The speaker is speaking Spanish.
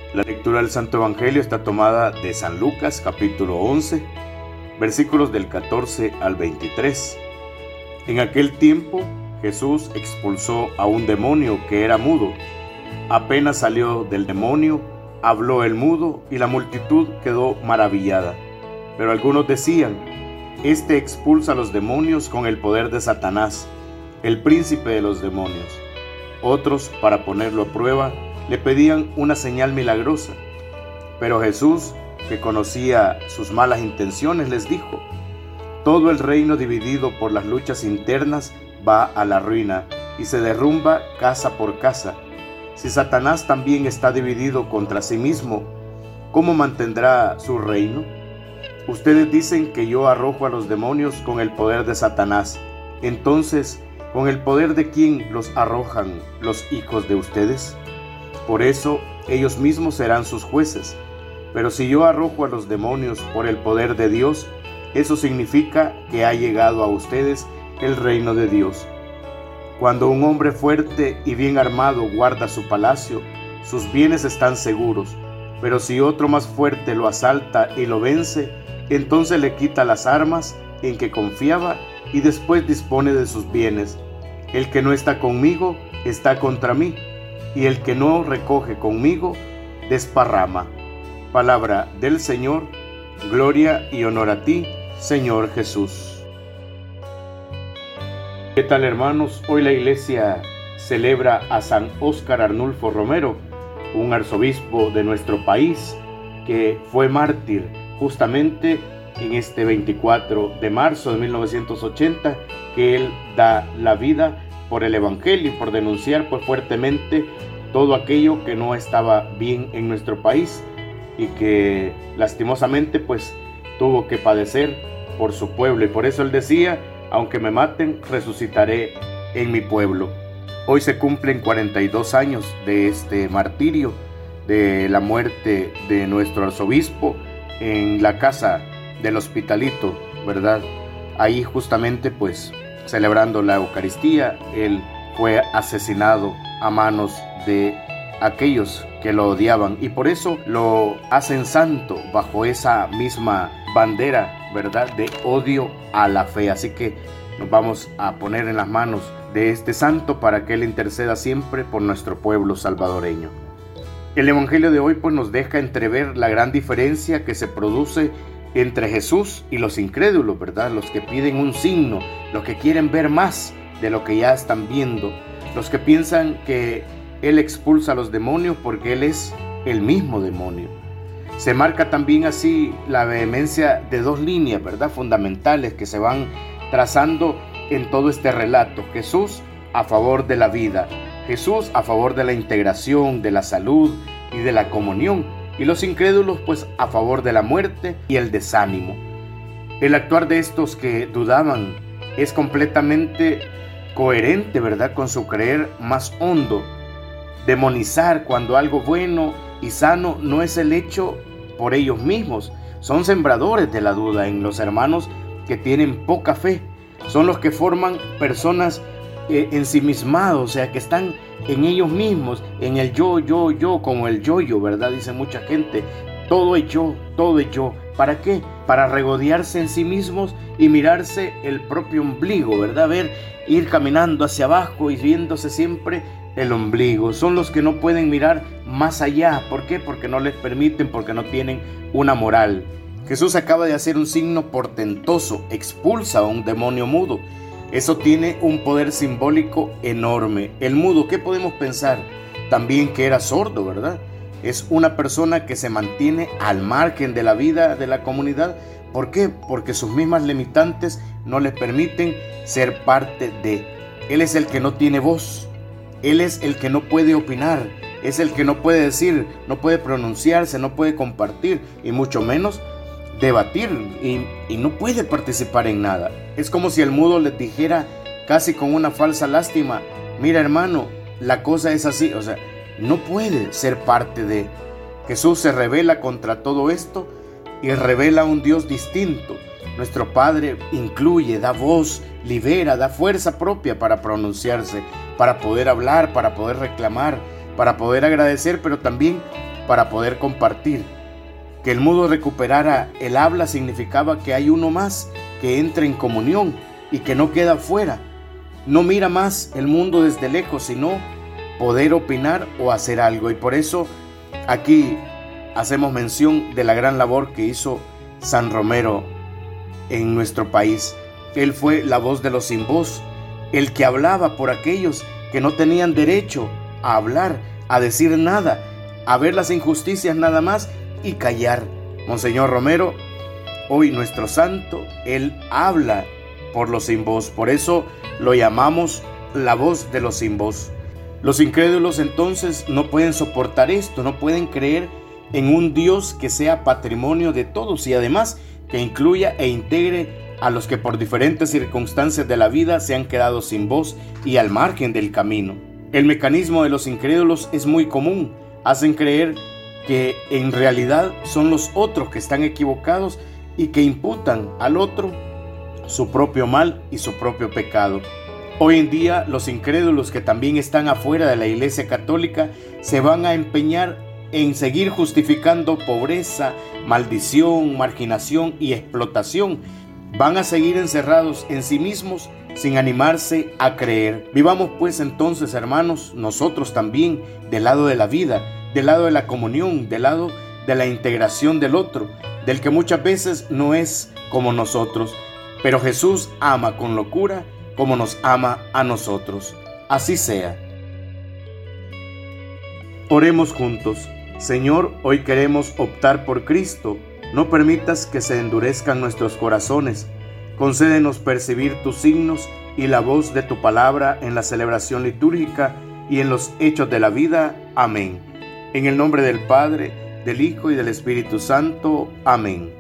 La lectura del Santo Evangelio está tomada de San Lucas, capítulo 11, versículos del 14 al 23. En aquel tiempo, Jesús expulsó a un demonio que era mudo. Apenas salió del demonio, habló el mudo y la multitud quedó maravillada. Pero algunos decían: Este expulsa a los demonios con el poder de Satanás, el príncipe de los demonios. Otros, para ponerlo a prueba, le pedían una señal milagrosa. Pero Jesús, que conocía sus malas intenciones, les dijo: Todo el reino dividido por las luchas internas va a la ruina y se derrumba casa por casa. Si Satanás también está dividido contra sí mismo, ¿cómo mantendrá su reino? Ustedes dicen que yo arrojo a los demonios con el poder de Satanás. Entonces, ¿con el poder de quién los arrojan los hijos de ustedes? Por eso, ellos mismos serán sus jueces. Pero si yo arrojo a los demonios por el poder de Dios, eso significa que ha llegado a ustedes el reino de Dios. Cuando un hombre fuerte y bien armado guarda su palacio, sus bienes están seguros. Pero si otro más fuerte lo asalta y lo vence, entonces le quita las armas en que confiaba y después dispone de sus bienes. El que no está conmigo está contra mí, y el que no recoge conmigo desparrama. Palabra del Señor. Gloria y honor a ti, Señor Jesús. ¿Qué tal, hermanos? Hoy la iglesia celebra a San Óscar Arnulfo Romero, un arzobispo de nuestro país que fue mártir justamente en este 24 de marzo de 1980, que él da la vida por el Evangelio y por denunciar pues fuertemente todo aquello que no estaba bien en nuestro país y que lastimosamente pues tuvo que padecer por su pueblo. Y por eso él decía: aunque me maten, resucitaré en mi pueblo. Hoy se cumplen 42 años de este martirio, de la muerte de nuestro arzobispo en la casa del Hospitalito, ¿verdad? Ahí justamente pues celebrando la Eucaristía, él fue asesinado a manos de aquellos que lo odiaban, y por eso lo hacen santo bajo esa misma bandera, ¿verdad?, de odio a la fe. Así que nos vamos a poner en las manos de este santo para que él interceda siempre por nuestro pueblo salvadoreño. El Evangelio de hoy pues nos deja entrever la gran diferencia que se produce entre Jesús y los incrédulos, ¿verdad? Los que piden un signo, los que quieren ver más de lo que ya están viendo, los que piensan que Él expulsa a los demonios porque Él es el mismo demonio. Se marca también así la vehemencia de dos líneas, ¿verdad?, fundamentales que se van trazando en todo este relato. Jesús a favor de la vida, Jesús a favor de la integración, de la salud y de la comunión, y los incrédulos pues a favor de la muerte y el desánimo. El actuar de estos que dudaban es completamente coherente, ¿verdad?, con su creer más hondo. Demonizar cuando algo bueno y sano no es el hecho por ellos mismos. Son sembradores de la duda en los hermanos que tienen poca fe. Son los que forman personas ensimismados, o sea, que están en ellos mismos, en el yo, como el yo-yo, ¿verdad? Dice mucha gente: todo es yo, todo es yo. ¿Para qué? Para regodearse en sí mismos y mirarse el propio ombligo, ¿verdad? Ir caminando hacia abajo y viéndose siempre el ombligo. Son los que no pueden mirar más allá. ¿Por qué? Porque no les permiten, porque no tienen una moral. Jesús acaba de hacer un signo portentoso: expulsa a un demonio mudo. Eso tiene un poder simbólico enorme. El mudo, ¿qué podemos pensar? También que era sordo, ¿verdad? Es una persona que se mantiene al margen de la vida de la comunidad. ¿Por qué? Porque sus mismas limitantes no les permiten ser parte de. Él es el que no tiene voz. Él es el que no puede opinar. Es el que no puede decir, no puede pronunciarse, no puede compartir y mucho menos debatir, y no puede participar en nada. Es como si el mudo les dijera casi con una falsa lástima: mira, hermano, la cosa es así. O sea, no puede ser parte de. Jesús se revela contra todo esto y revela un Dios distinto. Nuestro Padre incluye, da voz, libera, da fuerza propia para pronunciarse, para poder hablar, para poder reclamar, para poder agradecer, pero también para poder compartir. Que el mudo recuperara el habla significaba que hay uno más que entra en comunión y que no queda fuera. No mira más el mundo desde lejos, sino poder opinar o hacer algo. Y por eso aquí hacemos mención de la gran labor que hizo San Romero en nuestro país. Él fue la voz de los sin voz, el que hablaba por aquellos que no tenían derecho a hablar, a decir nada, a ver las injusticias nada más y callar. Monseñor Romero, hoy nuestro santo, él habla por los sin voz. Por eso lo llamamos la voz de los sin voz. Los incrédulos entonces no pueden soportar esto, no pueden creer en un Dios que sea patrimonio de todos y además que incluya e integre a los que por diferentes circunstancias de la vida se han quedado sin voz y al margen del camino. El mecanismo de los incrédulos es muy común. Hacen creer que en realidad son los otros que están equivocados y que imputan al otro su propio mal y su propio pecado. Hoy en día los incrédulos que también están afuera de la Iglesia Católica se van a empeñar en seguir justificando pobreza, maldición, marginación y explotación. Van a seguir encerrados en sí mismos sin animarse a creer. Vivamos pues entonces, hermanos, nosotros también del lado de la vida, del lado de la comunión, del lado de la integración del otro, del que muchas veces no es como nosotros, pero Jesús ama con locura como nos ama a nosotros. Así sea. Oremos juntos. Señor, hoy queremos optar por Cristo. No permitas que se endurezcan nuestros corazones. Concédenos percibir tus signos y la voz de tu palabra en la celebración litúrgica y en los hechos de la vida. Amén. En el nombre del Padre, del Hijo y del Espíritu Santo. Amén.